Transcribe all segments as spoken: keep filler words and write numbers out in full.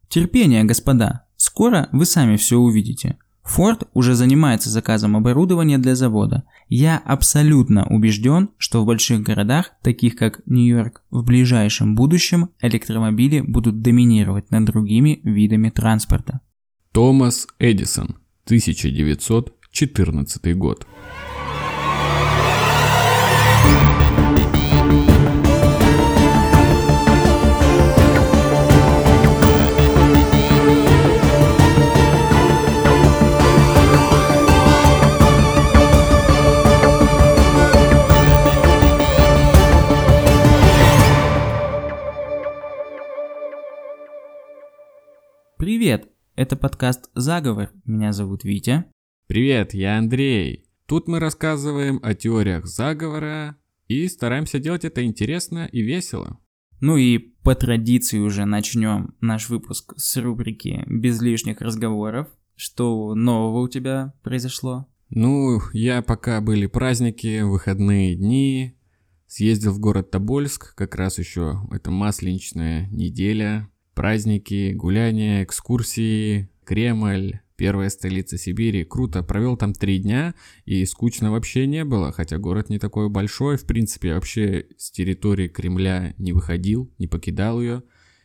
Терпение, господа, скоро вы сами все увидите. Ford уже занимается заказом оборудования для завода. Я абсолютно убежден, что в больших городах, таких как Нью-Йорк, в ближайшем будущем электромобили будут доминировать над другими видами транспорта. Томас Эдисон, тысяча девятьсот четырнадцатый год. Привет, это подкаст «Заговор», меня зовут Витя. Привет, я Андрей. Тут мы рассказываем о теориях заговора и стараемся делать это интересно и весело. Ну и по традиции уже начнем наш выпуск с рубрики «Без лишних разговоров». Что нового у тебя произошло? Ну, я пока были праздники, выходные дни, съездил в город Тобольск, как раз еще это масленичная неделя. Праздники, гуляния, экскурсии, Кремль, первая столица Сибири. Круто, провел там три дня и скучно вообще не было, хотя город не такой большой. В принципе, вообще с территории Кремля не выходил, не покидал ее.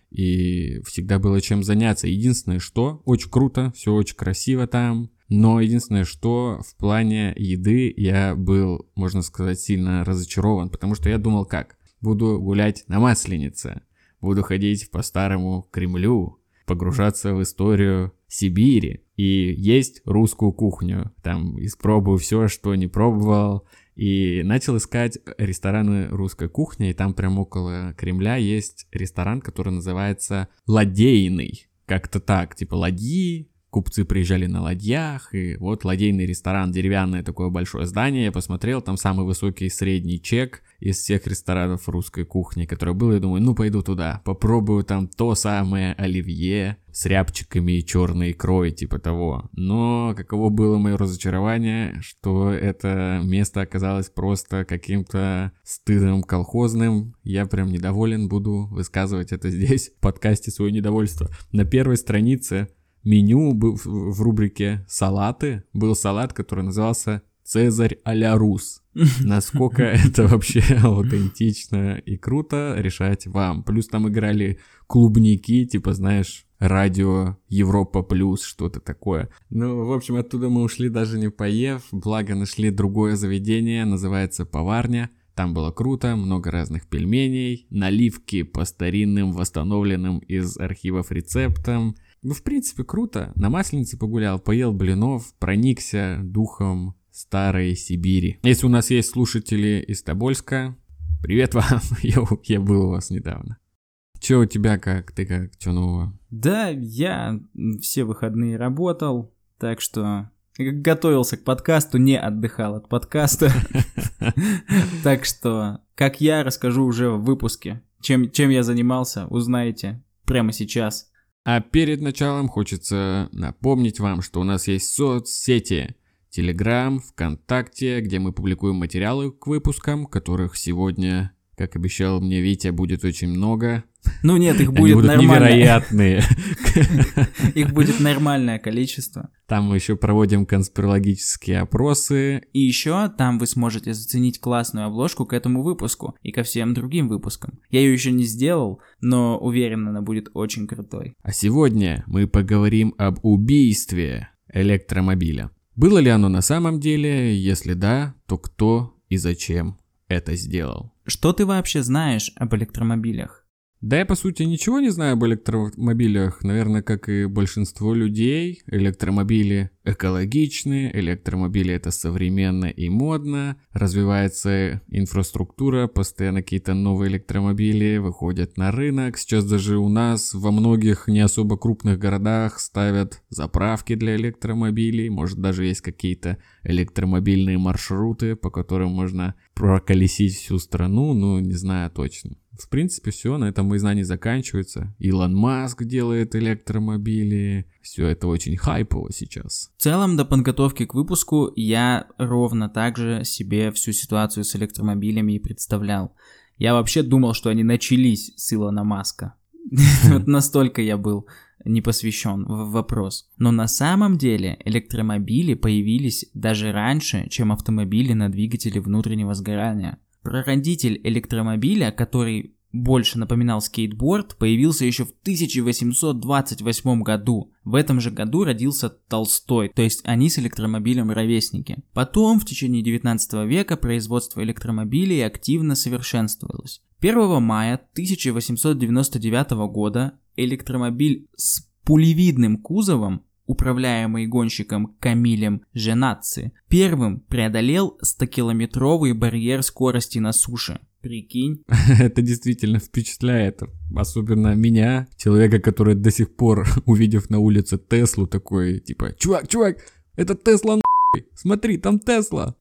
И всегда было чем заняться. Единственное, что очень круто, все очень красиво там. Но единственное, что в плане еды я был, можно сказать, сильно разочарован. Потому что я думал, как? Буду гулять на Масленице. Буду ходить по старому Кремлю, погружаться в историю Сибири и есть русскую кухню. Там испробую все, что не пробовал. И начал искать рестораны русской кухни. И там прям около Кремля есть ресторан, который называется «Ладейный». Как-то так, типа ладьи. Купцы приезжали на ладьях, и вот ладейный ресторан, деревянное такое большое здание. Я посмотрел, там самый высокий средний чек из всех ресторанов русской кухни, который был. Я думаю, ну пойду туда, попробую там то самое оливье с рябчиками и черной икрой, типа того. Но каково было мое разочарование, что это место оказалось просто каким-то стыдом колхозным. Я прям недоволен, буду высказывать это здесь, в подкасте, свое недовольство. На первой странице меню был в рубрике «Салаты». Был салат, который назывался «Цезарь а-ля Рус». Насколько это вообще аутентично и круто, решать вам. Плюс там играли клубники, типа, знаешь, радио Европа Плюс, что-то такое. Ну, в общем, оттуда мы ушли даже не поев. Благо нашли другое заведение, называется «Поварня». Там было круто, много разных пельменей, наливки по старинным, восстановленным из архивов рецептам. Ну, в принципе, круто. На Масленице погулял, поел блинов, проникся духом старой Сибири. Если у нас есть слушатели из Тобольска, привет вам, я, я был у вас недавно. Че у тебя как? Ты как? Че нового? Да, я все выходные работал, так что готовился к подкасту, не отдыхал от подкаста. Так что, как я, расскажу уже в выпуске. Чем, чем я занимался, узнаете прямо сейчас. А перед началом хочется напомнить вам, что у нас есть соцсети. Телеграм, ВКонтакте, где мы публикуем материалы к выпускам, которых сегодня, как обещал мне Витя, будет очень много. Ну нет, их будет будут нормальное. Невероятные. Их будет нормальное количество. Там мы еще проводим конспирологические опросы. И еще там вы сможете заценить классную обложку к этому выпуску и ко всем другим выпускам. Я ее еще не сделал, но уверен, она будет очень крутой. А сегодня мы поговорим об убийстве электромобиля. Было ли оно на самом деле? Если да, то кто и зачем это сделал? Что ты вообще знаешь об электромобилях? Да я, по сути, ничего не знаю об электромобилях. Наверное, как и большинство людей, электромобили экологичны, электромобили это современно и модно, развивается инфраструктура, постоянно какие-то новые электромобили выходят на рынок. Сейчас даже у нас во многих не особо крупных городах ставят заправки для электромобилей, может даже есть какие-то электромобильные маршруты, по которым можно проколесить всю страну, ну не знаю точно. В принципе, все, на этом мои знания заканчиваются. Илон Маск делает электромобили. Все это очень хайпово сейчас. В целом, до подготовки к выпуску я ровно так же себе всю ситуацию с электромобилями и представлял. Я вообще думал, что они начались с Илона Маска. Вот настолько я был не посвящен в вопрос. Но на самом деле электромобили появились даже раньше, чем автомобили на двигателе внутреннего сгорания. Прародитель электромобиля, который больше напоминал скейтборд, появился еще в тысяча восемьсот двадцать восьмом году. В этом же году родился Толстой, то есть они с электромобилем ровесники. Потом, в течение девятнадцатого века, производство электромобилей активно совершенствовалось. первого мая тысяча восемьсот девяносто девятого года электромобиль с пулевидным кузовом, управляемый гонщиком Камилем Женатци, первым преодолел стокилометровый барьер скорости на суше. Прикинь. Это действительно впечатляет. Особенно меня, человека, который до сих пор, увидев на улице Теслу, такой, типа, чувак, чувак, это Тесла нахуй, смотри, там Тесла.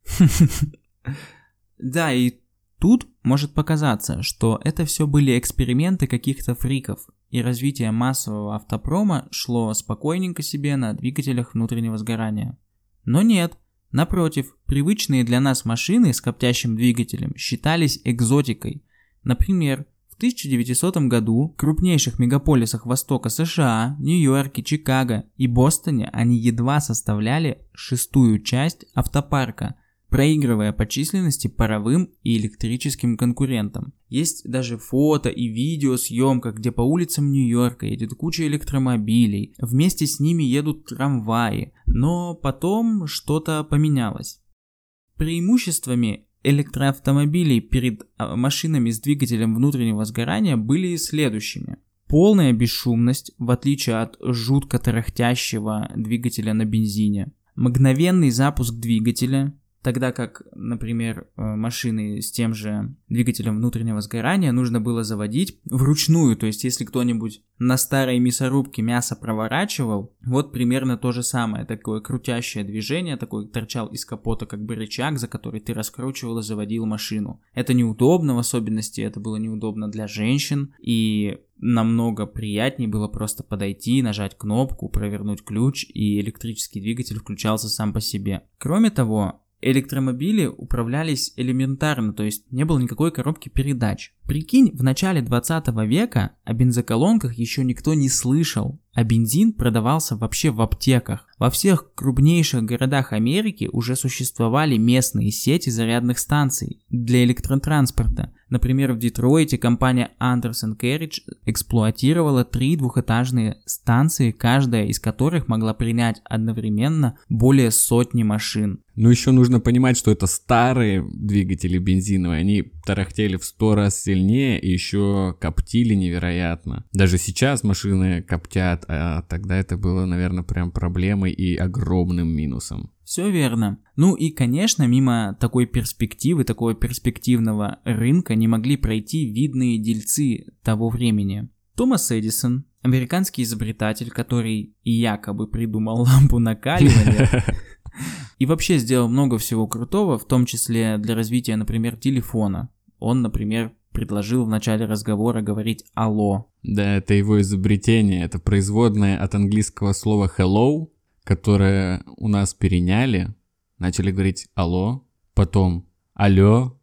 Да, и тут может показаться, что это все были эксперименты каких-то фриков, и развитие массового автопрома шло спокойненько себе на двигателях внутреннего сгорания. Но нет. Напротив, привычные для нас машины с коптящим двигателем считались экзотикой. Например, в тысяча девятисотом году в крупнейших мегаполисах Востока США, Нью-Йорке, Чикаго и Бостоне они едва составляли шестую часть автопарка, проигрывая по численности паровым и электрическим конкурентам. Есть даже фото и видеосъемка, где по улицам Нью-Йорка едет куча электромобилей, вместе с ними едут трамваи, но потом что-то поменялось. Преимуществами электроавтомобилей перед машинами с двигателем внутреннего сгорания были следующими. Полная бесшумность, в отличие от жутко тарахтящего двигателя на бензине. Мгновенный запуск двигателя, тогда как, например, машины с тем же двигателем внутреннего сгорания нужно было заводить вручную. То есть, если кто-нибудь на старой мясорубке мясо проворачивал, вот примерно то же самое. Такое крутящее движение, такой торчал из капота как бы рычаг, за который ты раскручивал и заводил машину. Это неудобно, в особенности это было неудобно для женщин, и намного приятнее было просто подойти, нажать кнопку, провернуть ключ, и электрический двигатель включался сам по себе. Кроме того, электромобили управлялись элементарно, то есть не было никакой коробки передач. Прикинь, в начале двадцатого века о бензоколонках еще никто не слышал, а бензин продавался вообще в аптеках. Во всех крупнейших городах Америки уже существовали местные сети зарядных станций для электротранспорта. Например, в Детройте компания Anderson Carriage эксплуатировала три двухэтажные станции, каждая из которых могла принять одновременно более сотни машин. Ну еще нужно понимать, что это старые двигатели бензиновые, они тарахтели в сто раз сильнее и еще коптили невероятно. Даже сейчас машины коптят, а тогда это было, наверное, прям проблемой и огромным минусом. Все верно. Ну и, конечно, мимо такой перспективы, такого перспективного рынка не могли пройти видные дельцы того времени. Томас Эдисон, американский изобретатель, который якобы придумал лампу накаливания, и вообще сделал много всего крутого, в том числе для развития, например, телефона. Он, например, предложил в начале разговора говорить «алло». Да, это его изобретение, это производное от английского слова hello, которое у нас переняли, начали говорить «алло», потом «алло»,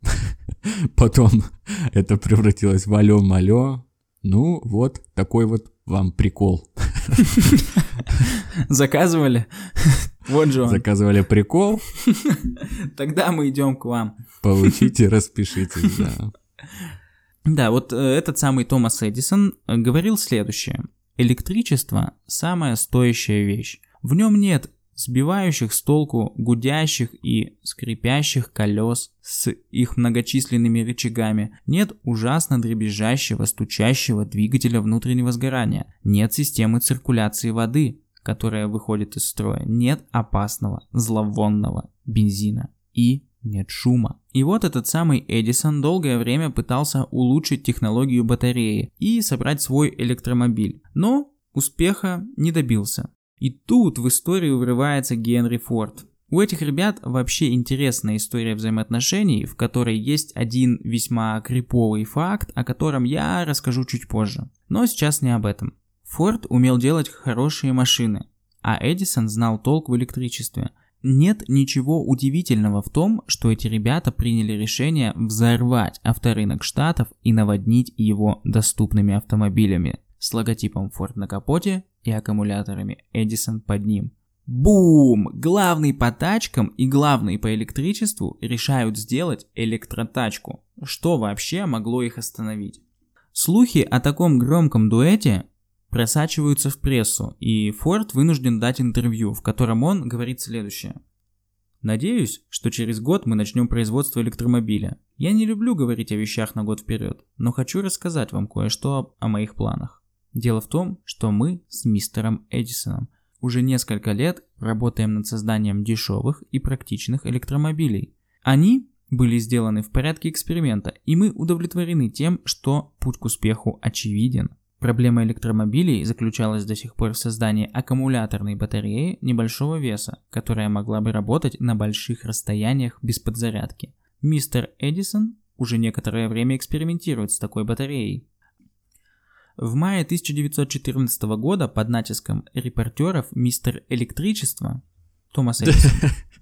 потом это превратилось в «алло-малё». Ну, вот такой вот вам прикол. Заказывали? Вот же он. Заказывали прикол? Тогда мы идем к вам. Получите, распишитесь, да. Да, вот э, этот самый Томас Эдисон говорил следующее. Электричество – самая стоящая вещь. В нем нет сбивающих с толку гудящих и скрипящих колес с их многочисленными рычагами, нет ужасно дребезжащего, стучащего двигателя внутреннего сгорания, нет системы циркуляции воды, которая выходит из строя, нет опасного, зловонного бензина и нет шума. И вот этот самый Эдисон долгое время пытался улучшить технологию батареи и собрать свой электромобиль, но успеха не добился. И тут в историю врывается Генри Форд. У этих ребят вообще интересная история взаимоотношений, в которой есть один весьма криповый факт, о котором я расскажу чуть позже. Но сейчас не об этом. Форд умел делать хорошие машины, а Эдисон знал толк в электричестве. Нет ничего удивительного в том, что эти ребята приняли решение взорвать авторынок Штатов и наводнить его доступными автомобилями. с логотипом Ford на капоте и аккумуляторами Edison под ним. Бум! Главный по тачкам и главный по электричеству решают сделать электротачку. Что вообще могло их остановить? Слухи о таком громком дуэте просачиваются в прессу, и Ford вынужден дать интервью, в котором он говорит следующее. Надеюсь, что через год мы начнем производство электромобиля. Я не люблю говорить о вещах на год вперед, но хочу рассказать вам кое-что о моих планах. Дело в том, что мы с мистером Эдисоном уже несколько лет работаем над созданием дешевых и практичных электромобилей. Они были сделаны в порядке эксперимента, и мы удовлетворены тем, что путь к успеху очевиден. Проблема электромобилей заключалась до сих пор в создании аккумуляторной батареи небольшого веса, которая могла бы работать на больших расстояниях без подзарядки. Мистер Эдисон уже некоторое время экспериментирует с такой батареей. В мае тысяча девятьсот четырнадцатого года под натиском репортеров мистер Электричество Томас Эдисон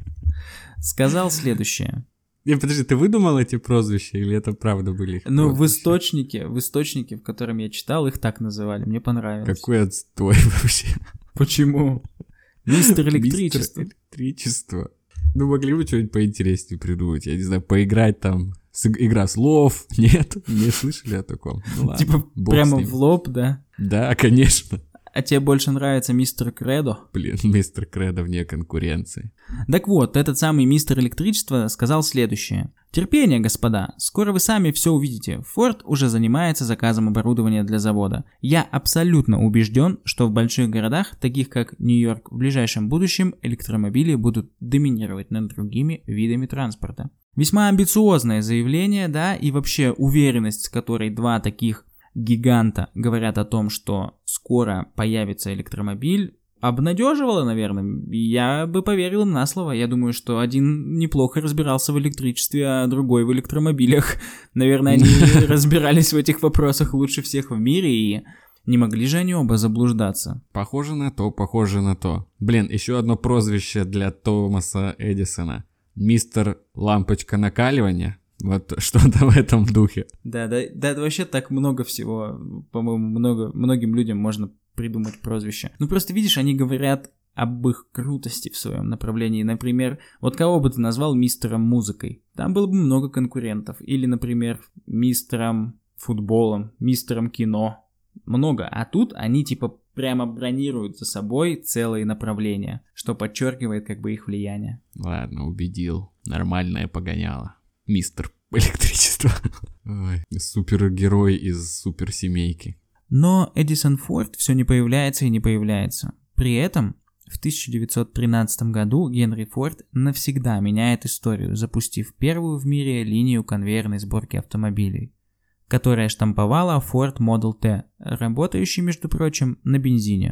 сказал следующее. Не, подожди, ты выдумал эти прозвища или это правда были их Ну, прозвища? в источнике, в источнике, в котором я читал, их так называли, мне понравилось. Какой отстой вообще. Почему? Мистер Электричество. Мистер Электричество. Ну, могли бы что-нибудь поинтереснее придумать, я не знаю, поиграть там, с, игра слов, нет? Не слышали о таком? Ну, ладно, Типа прямо в лоб, да? Да, конечно. А тебе больше нравится мистер Кредо? Блин, мистер Кредо вне конкуренции. Так вот, этот самый мистер Электричество сказал следующее. Терпение, господа, скоро вы сами все увидите. Ford уже занимается заказом оборудования для завода. Я абсолютно убежден, что в больших городах, таких как Нью-Йорк, в ближайшем будущем электромобили будут доминировать над другими видами транспорта. Весьма амбициозное заявление, да, и вообще уверенность, с которой два таких гиганта говорят о том, что скоро появится электромобиль, обнадеживало, наверное. Я бы поверил им на слово. Я думаю, что один неплохо разбирался в электричестве, а другой в электромобилях. Наверное, они разбирались в этих вопросах лучше всех в мире, и не могли же они оба заблуждаться. Похоже на то, похоже на то. Блин, еще одно прозвище для Томаса Эдисона. Мистер Лампочка накаливания. Вот что-то в этом духе. Да, да, да, вообще так много всего, по-моему, много, многим людям можно придумать прозвище. Ну просто видишь, они говорят об их крутости в своем направлении. Например, вот кого бы ты назвал мистером музыкой? Там было бы много конкурентов. Или, например, мистером футболом, мистером кино. Много. А тут они типа прямо бронируют за собой целые направления, что подчеркивает как бы их влияние. Ладно, убедил. Нормальное погоняло. Мистер Электричество. Ой, супергерой из суперсемейки. Но Эдисон Форд все не появляется и не появляется. При этом в тысяча девятьсот тринадцатом году Генри Форд навсегда меняет историю, запустив первую в мире линию конвейерной сборки автомобилей, которая штамповала Ford Model T, работающий, между прочим, на бензине.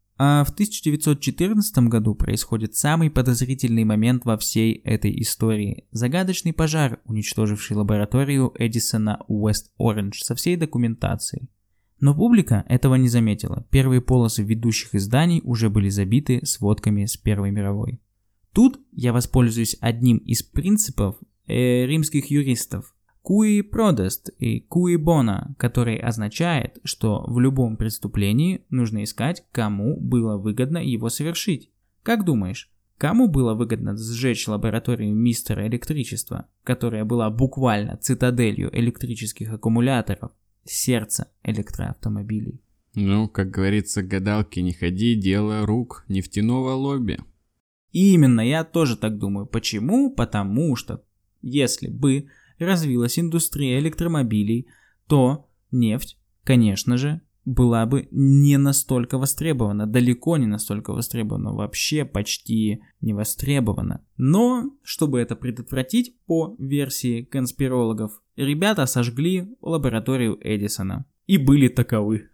А в тысяча девятьсот четырнадцатом году происходит самый подозрительный момент во всей этой истории. Загадочный пожар, уничтоживший лабораторию Эдисона Уэст-Ориндж со всей документацией. Но публика этого не заметила. Первые полосы ведущих изданий уже были забиты сводками с Первой мировой. Тут я воспользуюсь одним из принципов э, римских юристов. Cui prodest и cui bono, который означает, что в любом преступлении нужно искать, кому было выгодно его совершить. Как думаешь, кому было выгодно сжечь лабораторию мистера Электричества, которая была буквально цитаделью электрических аккумуляторов, сердца электроавтомобилей? Ну, как говорится, гадалки не ходи, дело рук нефтяного лобби. Именно, я тоже так думаю. Почему? Потому что если бы развилась индустрия электромобилей, то нефть, конечно же, была бы не настолько востребована, далеко не настолько востребована, вообще почти не востребована. Но, чтобы это предотвратить, по версии конспирологов, ребята сожгли лабораторию Эдисона. И были таковы.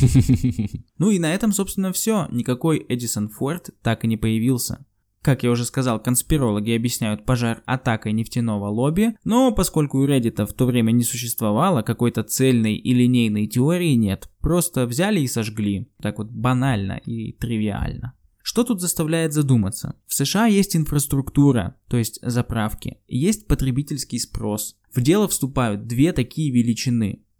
Ну и на этом, собственно, все. Никакой Эдисон Форд так и не появился. Как я уже сказал, конспирологи объясняют пожар атакой нефтяного лобби, но поскольку у Reddit в то время не существовало какой-то цельной и линейной теории, нет, просто взяли и сожгли, так вот банально и тривиально. Что тут заставляет задуматься? В США есть инфраструктура, то есть заправки, есть потребительский спрос. В дело вступают две такие величины, и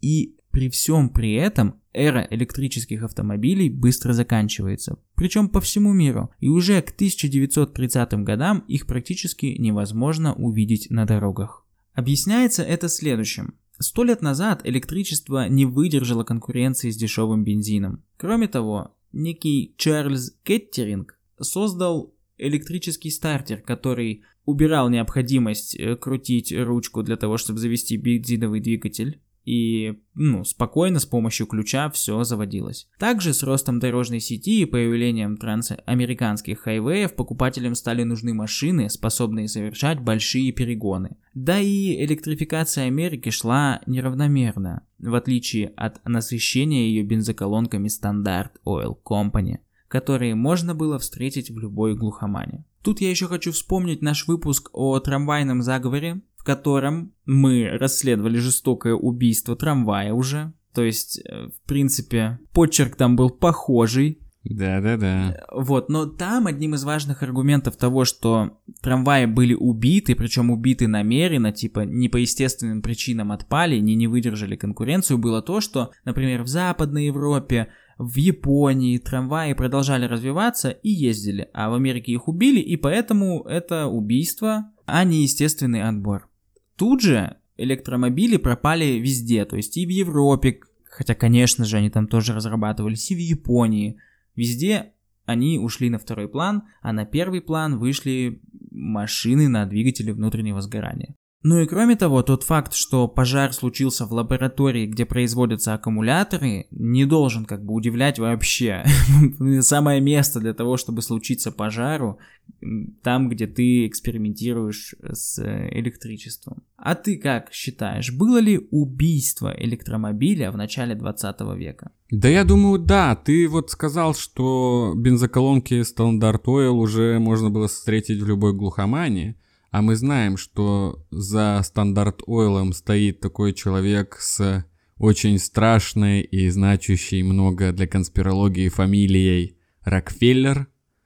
При всем при этом эра электрических автомобилей быстро заканчивается, причем по всему миру, и уже к тысяча девятьсот тридцатым годам их практически невозможно увидеть на дорогах. Объясняется это следующим. Сто лет назад электричество не выдержало конкуренции с дешевым бензином. Кроме того, некий Чарльз Кеттеринг создал электрический стартер, который убирал необходимость крутить ручку для того, чтобы завести бензиновый двигатель. И, ну, спокойно с помощью ключа все заводилось. Также с ростом дорожной сети и появлением трансамериканских хайвеев покупателям стали нужны машины, способные совершать большие перегоны. Да и электрификация Америки шла неравномерно, в отличие от насыщения ее бензоколонками Standard Oil Company, которые можно было встретить в любой глухомане. Тут я еще хочу вспомнить наш выпуск о трамвайном заговоре, в котором мы расследовали жестокое убийство трамвая уже. То есть, в принципе, почерк там был похожий. Да-да-да. Вот, но там одним из важных аргументов того, что трамваи были убиты, причем убиты намеренно, типа не по естественным причинам отпали, не, не выдержали конкуренцию, было то, что, например, в Западной Европе, в Японии трамваи продолжали развиваться и ездили, а в Америке их убили, и поэтому это убийство, а не естественный отбор. Тут же электромобили пропали везде, то есть и в Европе, хотя, конечно же, они там тоже разрабатывались, и в Японии. Везде они ушли на второй план, а на первый план вышли машины на двигателе внутреннего сгорания. Ну и кроме того, тот факт, что пожар случился в лаборатории, где производятся аккумуляторы, не должен как бы удивлять вообще. Самое место для того, чтобы случиться пожару, там, где ты экспериментируешь с электричеством. А ты как считаешь, было ли убийство электромобиля в начале двадцатого века? Да я думаю, да. Ты вот сказал, что бензоколонки Standard Oil уже можно было встретить в любой глухомане. А мы знаем, что за Standard Oil стоит такой человек с очень страшной и значащей много для конспирологии фамилией Рокфеллер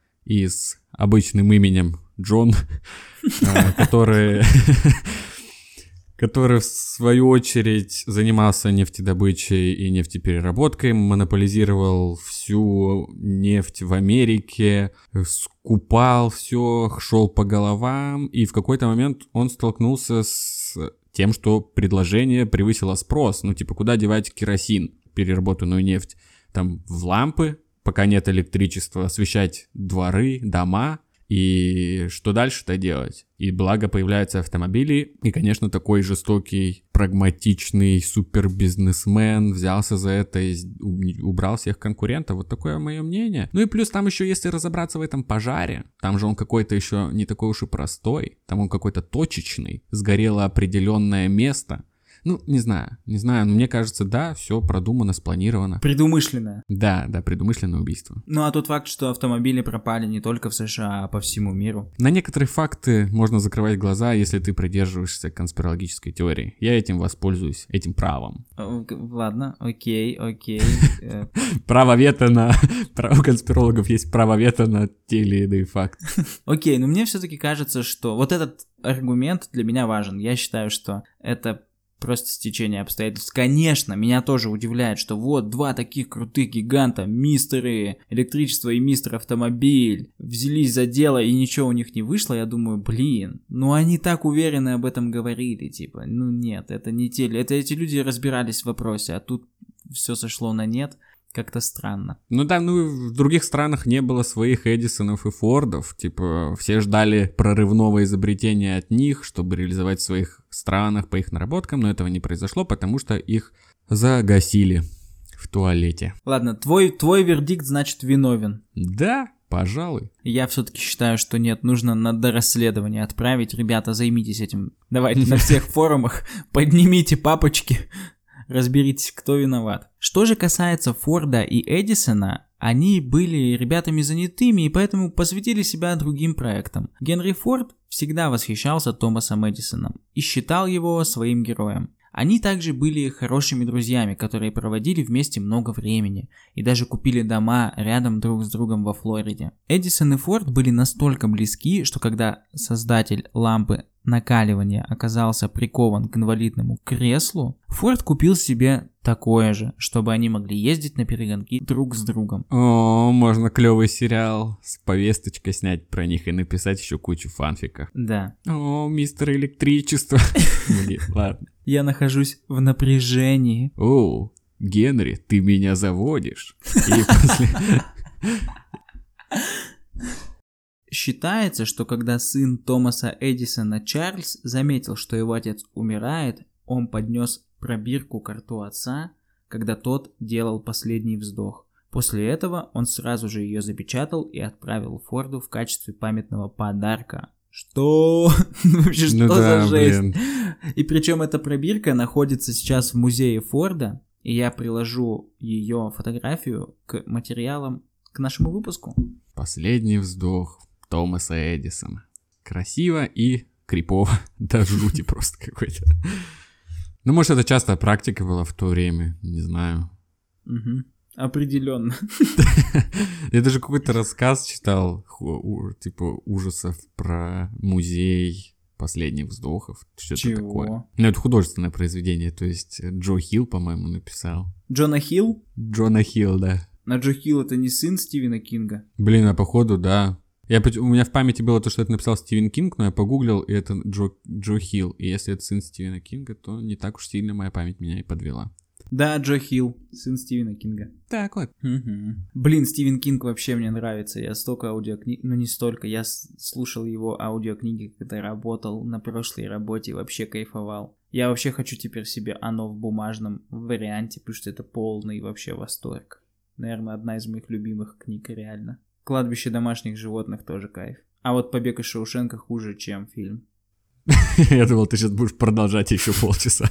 и с обычным именем Джон, который... который в свою очередь занимался нефтедобычей и нефтепереработкой, монополизировал всю нефть в Америке, скупал все, шел по головам, и в какой-то момент он столкнулся с тем, что предложение превысило спрос. Ну, типа, куда девать керосин, переработанную нефть? Там в лампы, пока нет электричества, освещать дворы, дома. И что дальше-то делать? И благо появляются автомобили, и, конечно, такой жестокий, прагматичный супербизнесмен взялся за это и убрал всех конкурентов. Вот такое мое мнение. Ну и плюс там еще, если разобраться в этом пожаре, там же он какой-то еще не такой уж и простой, там он какой-то точечный, сгорело определенное место. Ну, не знаю, не знаю, но мне кажется, да, все продумано, спланировано. Предумышленное. Да, да, предумышленное убийство. Ну, а тот факт, что автомобили пропали не только в США, а по всему миру. На некоторые факты можно закрывать глаза, если ты придерживаешься конспирологической теории. Я этим воспользуюсь, этим правом. Ладно, окей, окей. Право вето на... У конспирологов есть право вето на те или иные факты. Окей, но мне все-таки кажется, что вот этот аргумент для меня важен. Я считаю, что это... просто стечение обстоятельств. Конечно, меня тоже удивляет, что вот два таких крутых гиганта, мистеры электричество и мистер автомобиль, взялись за дело и ничего у них не вышло. Я думаю, блин, ну они так уверенно об этом говорили, типа, ну нет, это не те, это эти люди разбирались в вопросе, а тут все сошло на нет. Как-то странно. Ну да, ну в других странах не было своих Эдисонов и Фордов. Типа все ждали прорывного изобретения от них, чтобы реализовать в своих странах по их наработкам, но этого не произошло, потому что их загасили в туалете. Ладно, твой, твой вердикт, значит, виновен. Да, пожалуй. Я все-таки считаю, что нет, нужно на дорасследование отправить. Ребята, займитесь этим. Давайте на всех форумах поднимите папочки. Разберитесь, кто виноват. Что же касается Форда и Эдисона, они были ребятами занятыми и поэтому посвятили себя другим проектам. Генри Форд всегда восхищался Томасом Эдисоном и считал его своим героем. Они также были хорошими друзьями, которые проводили вместе много времени и даже купили дома рядом друг с другом во Флориде. Эдисон и Форд были настолько близки, что когда создатель лампы накаливания оказался прикован к инвалидному креслу, Форд купил себе такое же, чтобы они могли ездить на перегонки друг с другом. О, можно клевый сериал с повесточкой снять про них и написать еще кучу фанфиков. Да. О, мистер Электричество. Блин, ладно. Я нахожусь в напряжении. О, Генри, ты меня заводишь. И после... Считается, что когда сын Томаса Эдисона Чарльз заметил, что его отец умирает, он поднес пробирку к рту отца, когда тот делал последний вздох. После этого он сразу же ее запечатал и отправил Форду в качестве памятного подарка. Что? Вообще, что ну да, за жесть? Блин. И причем эта пробирка находится сейчас в музее Форда, и я приложу ее фотографию к материалам к нашему выпуску. Последний вздох Томаса Эдисона. Красиво и крипово. Да жути просто какой-то. Ну, может, это частая практика была в то время, не знаю. Угу. Определенно. Я даже какой-то рассказ читал, типа ужасов про музей последних вздохов. Что-то Чего? такое. Ну, это художественное произведение, то есть Джо Хилл, по-моему, написал. Джона Хилл? Джона Хилл, да. А Джо Хилл это не сын Стивена Кинга? Блин, а походу, да. Я, у меня в памяти было то, что это написал Стивен Кинг, но я погуглил, и это Джо, Джо Хилл. И если это сын Стивена Кинга, то не так уж сильно моя память меня и подвела. Да, Джо Хилл, сын Стивена Кинга. Так вот. Угу. Блин, Стивен Кинг вообще мне нравится. Я столько аудиокниг... Ну, не столько. Я слушал его аудиокниги, когда работал на прошлой работе, и вообще кайфовал. Я вообще хочу теперь себе оно в бумажном варианте, потому что это полный вообще восторг. Наверное, одна из моих любимых книг, реально. «Кладбище домашних животных» тоже кайф. А вот «Побег из Шоушенка» хуже, чем фильм. Я думал, ты сейчас будешь продолжать еще полчаса.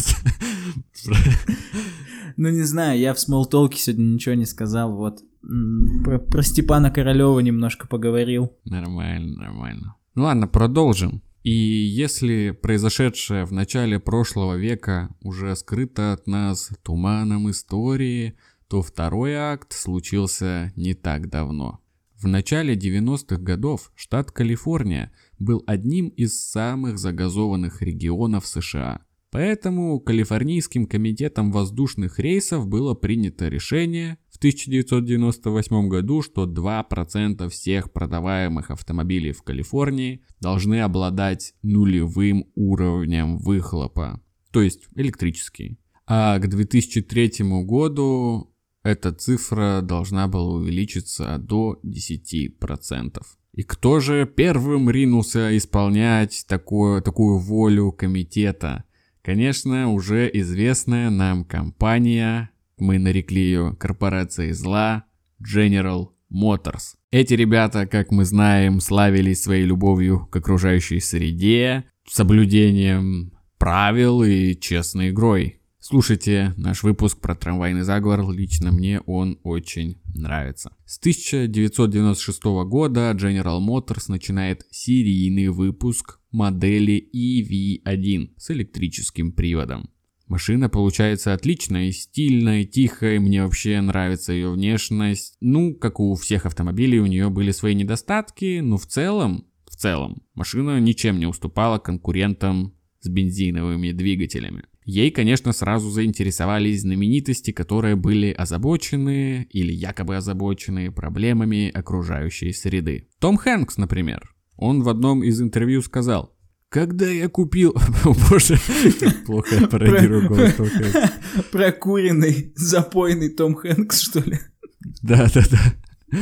Ну, не знаю, я в смолтолке сегодня ничего не сказал, вот. Про, про Степана Королёва немножко поговорил. Нормально, нормально. Ну ладно, продолжим. И если произошедшее в начале прошлого века уже скрыто от нас туманом истории, то второй акт случился не так давно. В начале девяностых годов штат Калифорния был одним из самых загазованных регионов США. Поэтому Калифорнийским комитетом воздушных рейсов было принято решение в тысяча девятьсот девяносто восьмом году, что два процента всех продаваемых автомобилей в Калифорнии должны обладать нулевым уровнем выхлопа, то есть электрические. А к две тысячи третьему году эта цифра должна была увеличиться до десяти процентов. И кто же первым ринулся исполнять такую, такую волю комитета? Конечно, уже известная нам компания, мы нарекли ее корпорацией зла, General Motors. Эти ребята, как мы знаем, славились своей любовью к окружающей среде, соблюдением правил и честной игрой. Слушайте наш выпуск про трамвайный заговор, лично мне он очень нравится. С тысяча девятьсот девяносто шестого года General Motors начинает серийный выпуск модели и ви один с электрическим приводом. Машина получается отличной, стильной, тихой, мне вообще нравится ее внешность. Ну, как у всех автомобилей, у нее были свои недостатки, но в целом, в целом, машина ничем не уступала конкурентам с бензиновыми двигателями. Ей, конечно, сразу заинтересовались знаменитости, которые были озабочены или якобы озабочены проблемами окружающей среды. Том Хэнкс, например. Он в одном из интервью сказал: «Когда я купил...» О боже, плохо я пародирую голос Тома Хэнкса. Прокуренный, запойный Том Хэнкс, что ли? Да-да-да.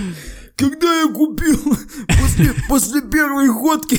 Когда я купил после, после первой ходки...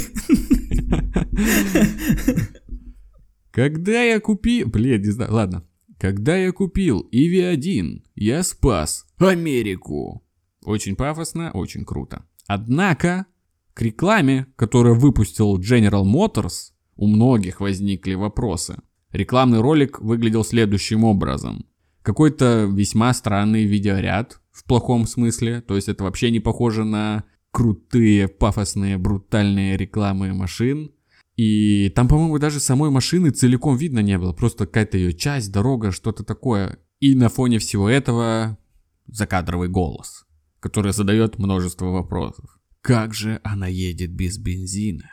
Когда я купил... Блин, не знаю, ладно. Когда я купил и ви один, я спас Америку. Очень пафосно, очень круто. Однако, к рекламе, которую выпустил General Motors, у многих возникли вопросы. Рекламный ролик выглядел следующим образом. Какой-то весьма странный видеоряд, в плохом смысле, то есть это вообще не похоже на крутые, пафосные, брутальные рекламы машин. И там, по-моему, даже самой машины целиком видно не было. Просто какая-то ее часть, дорога, что-то такое. И на фоне всего этого закадровый голос, который задает множество вопросов. Как же она едет без бензина?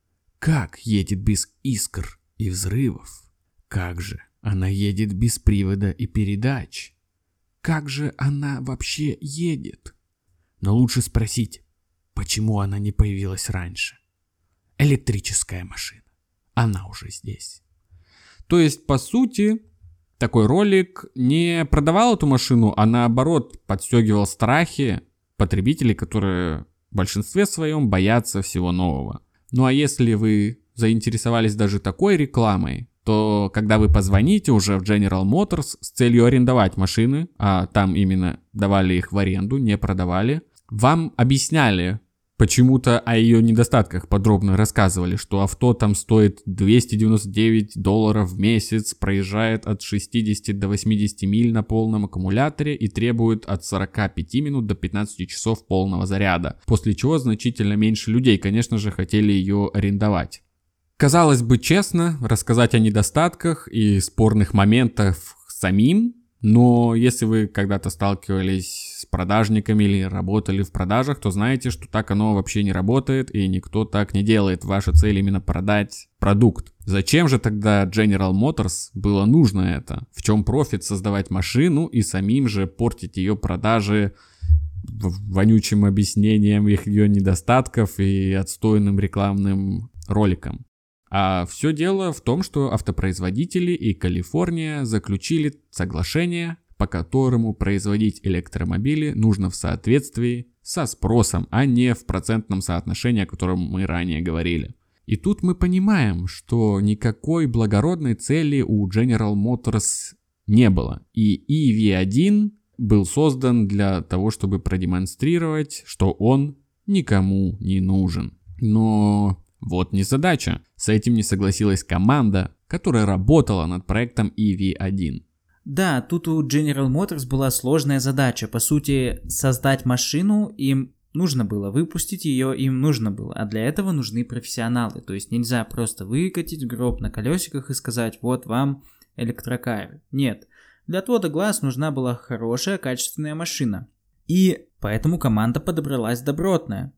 Как едет без искр и взрывов? Как же она едет без привода и передач? Как же она вообще едет? Но лучше спросить, почему она не появилась раньше? Электрическая машина. Она уже здесь. То есть, по сути, такой ролик не продавал эту машину, а наоборот подстегивал страхи потребителей, которые в большинстве своем боятся всего нового. Ну а если вы заинтересовались даже такой рекламой, то когда вы позвоните уже в General Motors с целью арендовать машины, а там именно давали их в аренду, не продавали, вам объясняли, почему-то о ее недостатках подробно рассказывали, что авто там стоит двести девяносто девять долларов в месяц, проезжает от шестидесяти до восьмидесяти миль на полном аккумуляторе и требует от сорока пяти минут до пятнадцати часов полного заряда, после чего значительно меньше людей, конечно же, хотели ее арендовать. Казалось бы, честно рассказать о недостатках и спорных моментах самим, но если вы когда-то сталкивались с продажниками или работали в продажах, то знаете, что так оно вообще не работает и никто так не делает. Ваша цель именно продать продукт. Зачем же тогда General Motors было нужно это? В чем профит создавать машину и самим же портить ее продажи вонючим объяснением их ее недостатков и отстойным рекламным роликом? А все дело в том, что автопроизводители и Калифорния заключили соглашение, по которому производить электромобили нужно в соответствии со спросом, а не в процентном соотношении, о котором мы ранее говорили. И тут мы понимаем, что никакой благородной цели у General Motors не было. И и ви один был создан для того, чтобы продемонстрировать, что он никому не нужен. Но вот незадача. С этим не согласилась команда, которая работала над проектом и ви один. Да, тут у General Motors была сложная задача. По сути, создать машину им нужно было, выпустить ее им нужно было, а для этого нужны профессионалы. То есть нельзя просто выкатить гроб на колесиках и сказать: вот вам электрокар. Нет, для отвода глаз нужна была хорошая, качественная машина. И поэтому команда подобралась добротная.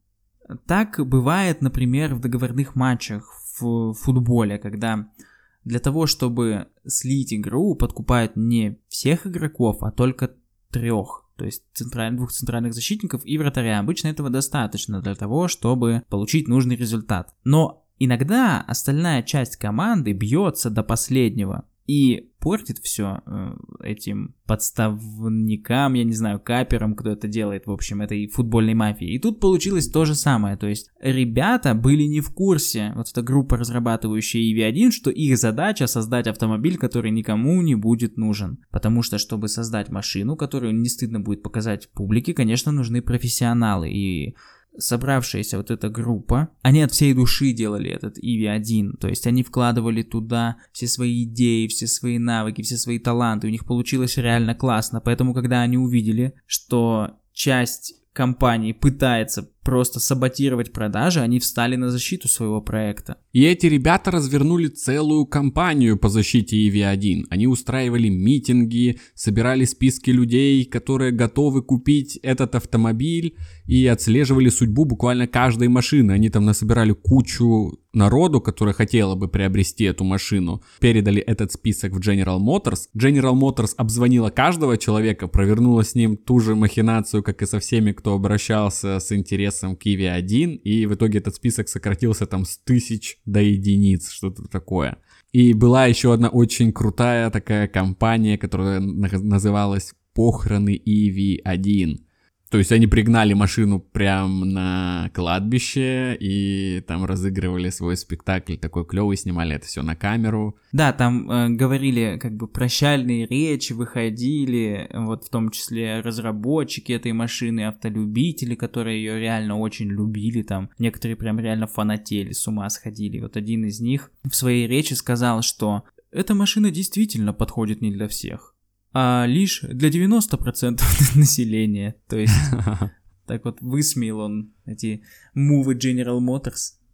Так бывает, например, в договорных матчах в футболе, когда для того, чтобы слить игру, подкупают не всех игроков, а только трех, то есть централь... двух центральных защитников и вратаря. Обычно этого достаточно для того, чтобы получить нужный результат. Но иногда остальная часть команды бьется до последнего и портит все э, этим подставникам, я не знаю, каперам, кто это делает, в общем, этой футбольной мафии. И тут получилось то же самое, то есть ребята были не в курсе, вот эта группа, разрабатывающая и ви один, что их задача создать автомобиль, который никому не будет нужен. Потому что, чтобы создать машину, которую не стыдно будет показать публике, конечно, нужны профессионалы. И собравшаяся вот эта группа, они от всей души делали этот и ви один, то есть они вкладывали туда все свои идеи, все свои навыки, все свои таланты, у них получилось реально классно, поэтому когда они увидели, что часть компании пытается просто саботировать продажи, они встали на защиту своего проекта. И эти ребята развернули целую кампанию по защите и ви один. Они устраивали митинги, собирали списки людей, которые готовы купить этот автомобиль, и отслеживали судьбу буквально каждой машины. Они там насобирали кучу народу, которая хотела бы приобрести эту машину. Передали этот список в General Motors. General Motors обзвонила каждого человека, провернула с ним ту же махинацию, как и со всеми, кто обращался с интересом к и ви один, и в итоге этот список сократился там с тысяч до единиц, что-то такое. И была еще одна очень крутая такая компания, которая называлась «Похороны и ви один». То есть они пригнали машину прямо на кладбище и там разыгрывали свой спектакль, такой клевый, снимали это все на камеру. Да, там э, говорили как бы прощальные речи, выходили, вот в том числе разработчики этой машины, автолюбители, которые ее реально очень любили, там некоторые прям реально фанатели, с ума сходили. Вот один из них в своей речи сказал, что эта машина действительно подходит не для всех, а лишь для девяноста процентов населения. То есть, так вот высмеял он эти мувы General Motors.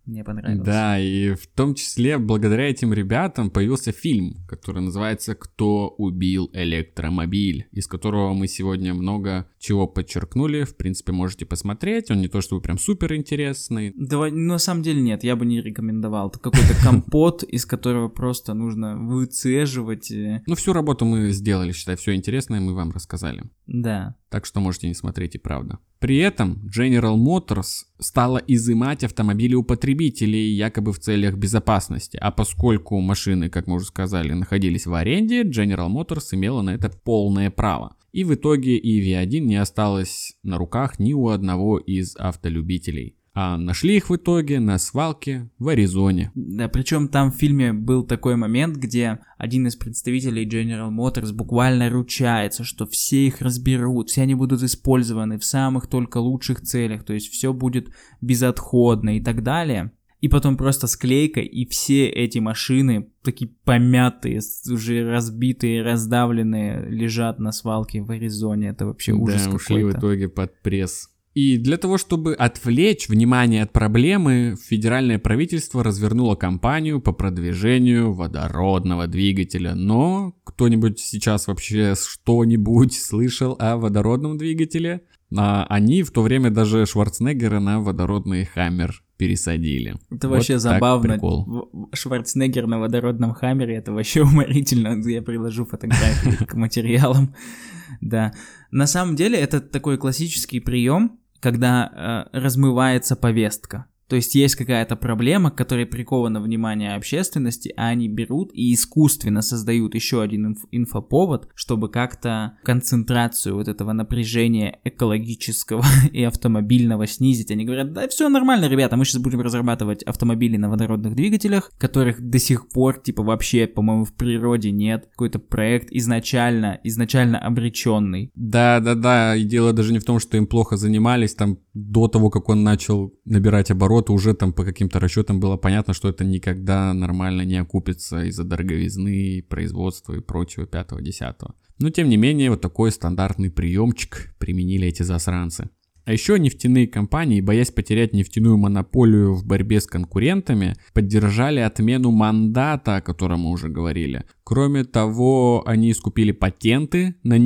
мне понравился. Да, и в том числе благодаря этим ребятам появился фильм, который называется «Кто убил электромобиль?», из которого мы сегодня много чего подчеркнули. В принципе, можете посмотреть. Он не то чтобы прям супер интересный. Да, на самом деле нет, я бы не рекомендовал. Это какой-то компот, из которого просто нужно выцеживать. Ну, всю работу мы сделали, считай, все интересное мы вам рассказали. Да. Так что можете не смотреть, и правда. При этом General Motors стала изымать автомобили у потребителей якобы в целях безопасности, а поскольку машины, как мы уже сказали, находились в аренде, General Motors имела на это полное право. И в итоге и ви один не осталось на руках ни у одного из автолюбителей. А нашли их в итоге на свалке в Аризоне. Да, причем там в фильме был такой момент, где один из представителей General Motors буквально ручается, что все их разберут, все они будут использованы в самых только лучших целях, то есть все будет безотходно и так далее. И потом просто склейка, и все эти машины, такие помятые, уже разбитые, раздавленные, лежат на свалке в Аризоне. Это вообще ужас да, какой-то. Ушли в итоге под пресс. И для того, чтобы отвлечь внимание от проблемы, федеральное правительство развернуло кампанию по продвижению водородного двигателя. Но кто-нибудь сейчас вообще что-нибудь слышал о водородном двигателе? А они в то время даже Шварценеггера на водородный Хаммер пересадили. Это вот вообще забавно. Прикол. Шварценеггер на водородном Хаммере, это вообще уморительно. Я приложу фотографии к материалам. Да. На самом деле это такой классический прием, когда э, размывается повестка. То есть есть какая-то проблема, к которой приковано внимание общественности, а они берут и искусственно создают еще один инф- инфоповод, чтобы как-то концентрацию вот этого напряжения экологического и автомобильного снизить. Они говорят, да все нормально, ребята, мы сейчас будем разрабатывать автомобили на водородных двигателях, которых до сих пор, типа, вообще, по-моему, в природе нет. Какой-то проект изначально, изначально обреченный. Да-да-да, и дело даже не в том, что им плохо занимались, там до того, как он начал набирать обороты, уже там по каким-то расчетам было понятно, что это никогда нормально не окупится из-за дороговизны, производства и прочего пятого-десятого. Но тем не менее, вот такой стандартный приемчик применили эти засранцы. А еще нефтяные компании, боясь потерять нефтяную монополию в борьбе с конкурентами, поддержали отмену мандата, о котором мы уже говорили. Кроме того, они скупили патенты на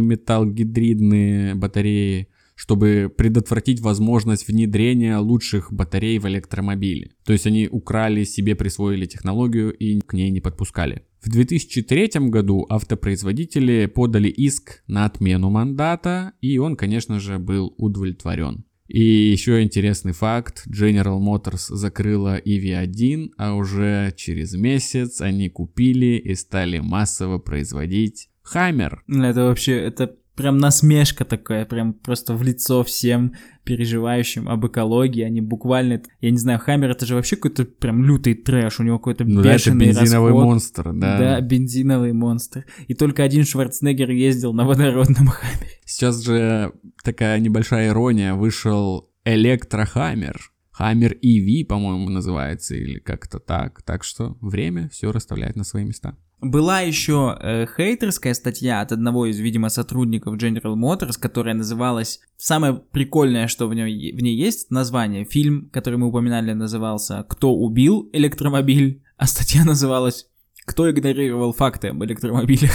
никель-металл-гидридные батареи, чтобы предотвратить возможность внедрения лучших батарей в электромобили. То есть они украли, себе присвоили технологию и к ней не подпускали. В две тысячи третьем году автопроизводители подали иск на отмену мандата, и он, конечно же, был удовлетворен. И еще интересный факт, General Motors закрыла и ви один, а уже через месяц они купили и стали массово производить Хаммер. Это вообще, это прям насмешка такая, прям просто в лицо всем переживающим об экологии. Они буквально, я не знаю, Хаммер это же вообще какой-то прям лютый трэш, у него какой-то ну, бешеный да, это бензиновый расход. монстр, да. Да, бензиновый монстр. И только один Шварценеггер ездил на водородном Хаммере. Сейчас же такая небольшая ирония, вышел электрохаммер. Хаммер и ви, по-моему, называется, или как-то так. Так что время все расставляет на свои места. Была еще э, хейтерская статья от одного из, видимо, сотрудников General Motors, которая называлась... Самое прикольное, что в, ней, в ней есть, название. Фильм, который мы упоминали, назывался «Кто убил электромобиль?», а статья называлась «Кто игнорировал факты об электромобилях?».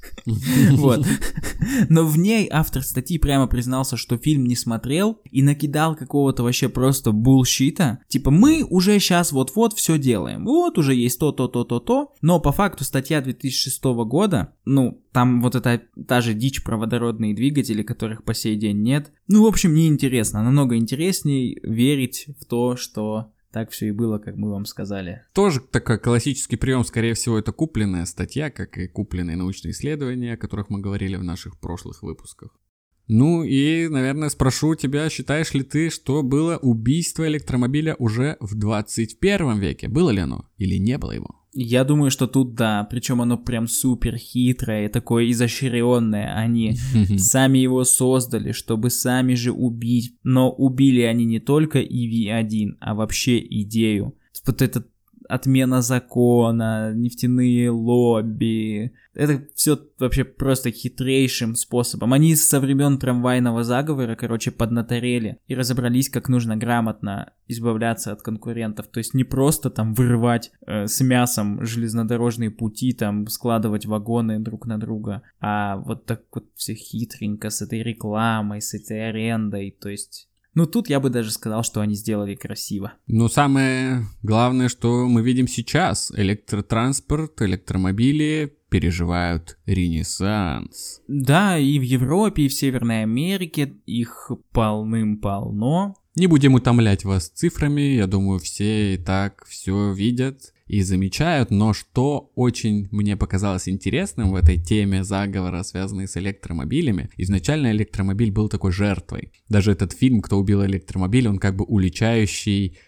Вот. Но в ней автор статьи прямо признался, что фильм не смотрел и накидал какого-то вообще просто булщита. Типа, мы уже сейчас вот-вот все делаем. Вот уже есть то, то, то, то, то. Но по факту статья две тысячи шестого года, ну, там вот эта та же дичь про водородные двигатели, которых по сей день нет. Ну, в общем, неинтересно. Намного интересней верить в то, что... Так все и было, как мы вам сказали. Тоже такой классический прием, скорее всего, это купленная статья, как и купленные научные исследования, о которых мы говорили в наших прошлых выпусках. Ну и, наверное, спрошу тебя, считаешь ли ты, что было убийство электромобиля уже в двадцать первом веке? Было ли оно или не было его? Я думаю, что тут да, причем оно прям супер хитрое, такое изощренное. Они сами его создали, чтобы сами же убить. Но убили они не только и ви один, а вообще идею. Вот этот отмена закона, нефтяные лобби. Это все вообще просто хитрейшим способом. Они со времен трамвайного заговора, короче, поднаторели и разобрались, как нужно грамотно избавляться от конкурентов. То есть не просто там вырывать э, с мясом железнодорожные пути, там складывать вагоны друг на друга, а вот так вот все хитренько с этой рекламой, с этой арендой. То есть... Ну, тут я бы даже сказал, что они сделали красиво. Но самое главное, что мы видим сейчас. Электротранспорт, электромобили переживают ренессанс. Да, и в Европе, и в Северной Америке их полным-полно. Не будем утомлять вас цифрами, я думаю, все и так все видят и замечают, но что очень мне показалось интересным в этой теме заговора, связанной с электромобилями, изначально электромобиль был такой жертвой. Даже этот фильм «Кто убил электромобиль», он как бы уличающий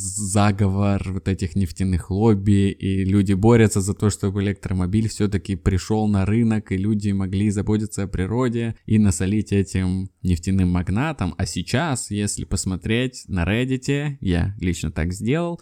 заговор вот этих нефтяных лобби, и люди борются за то, чтобы электромобиль все-таки пришел на рынок, и люди могли заботиться о природе и насолить этим нефтяным магнатам. А сейчас, если посмотреть на Reddit, я лично так сделал,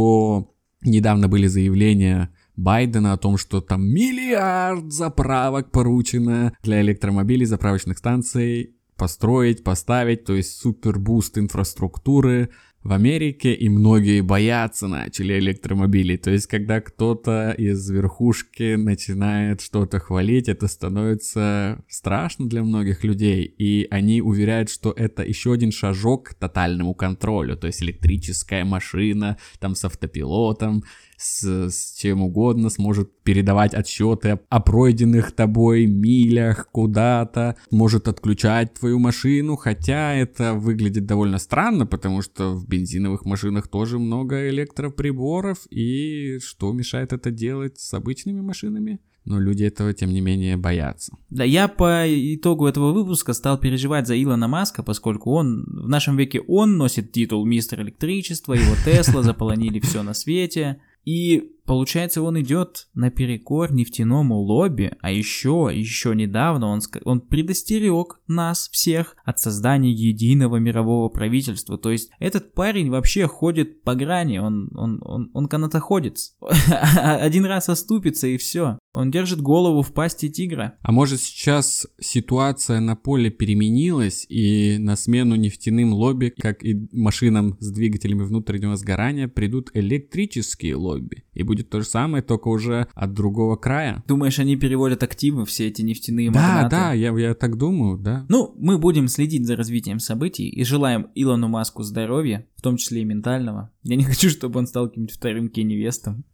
то недавно были заявления Байдена о том, что там миллиард заправок поручено для электромобилей, заправочных станций построить, поставить, то есть супербуст инфраструктуры в Америке, и многие боятся начали электромобилей. То есть, когда кто-то из верхушки начинает что-то хвалить, это становится страшно для многих людей, и они уверяют, что это еще один шажок к тотальному контролю. То есть, электрическая машина, там, с автопилотом, с, с чем угодно, сможет передавать отсчеты о пройденных тобой милях куда-то, может отключать твою машину, хотя это выглядит довольно странно, потому что в бензиновых машинах тоже много электроприборов, и что мешает это делать с обычными машинами? Но люди этого, тем не менее, боятся. Да, я по итогу этого выпуска стал переживать за Илона Маска, поскольку он, в нашем веке он носит титул мистер электричества, его Тесла заполонили все на свете. И получается, он идет наперекор нефтяному лобби, а еще, еще недавно он, он предостерег нас всех от создания единого мирового правительства. То есть этот парень вообще ходит по грани, он, он, он, он канатоходец. Один раз оступится и все. Он держит голову в пасти тигра. А может сейчас ситуация на поле переменилась, и на смену нефтяным лобби, как и машинам с двигателями внутреннего сгорания, придут электрические лобби. И будет то же самое, только уже от другого края. Думаешь, они переводят активы, все эти нефтяные да, магнаты? Да, да, я, я так думаю, да. Ну, мы будем следить за развитием событий и желаем Илону Маску здоровья, в том числе и ментального. Я не хочу, чтобы он стал каким-нибудь вторым Кенни Вестом.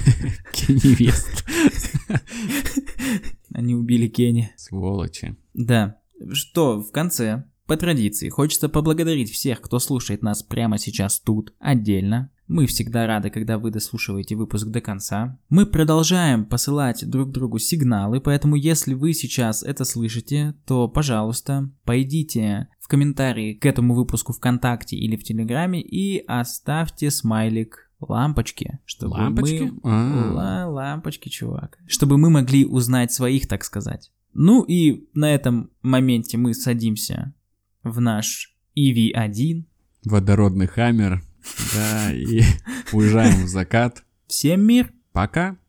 Кенни Вест. Они убили Кенни. Сволочи. Да. Что, в конце, по традиции, хочется поблагодарить всех, кто слушает нас прямо сейчас тут, отдельно. Мы всегда рады, когда вы дослушиваете выпуск до конца. Мы продолжаем посылать друг другу сигналы, поэтому если вы сейчас это слышите, то, пожалуйста, пойдите в комментарии к этому выпуску ВКонтакте или в Телеграме и оставьте смайлик лампочки, чтобы лампочки? мы... Ла- лампочки, чувак. Чтобы мы могли узнать своих, так сказать. Ну и на этом моменте мы садимся в наш и ви один. Водородный хаммер. Да, и уезжаем в закат. Всем мир! Пока!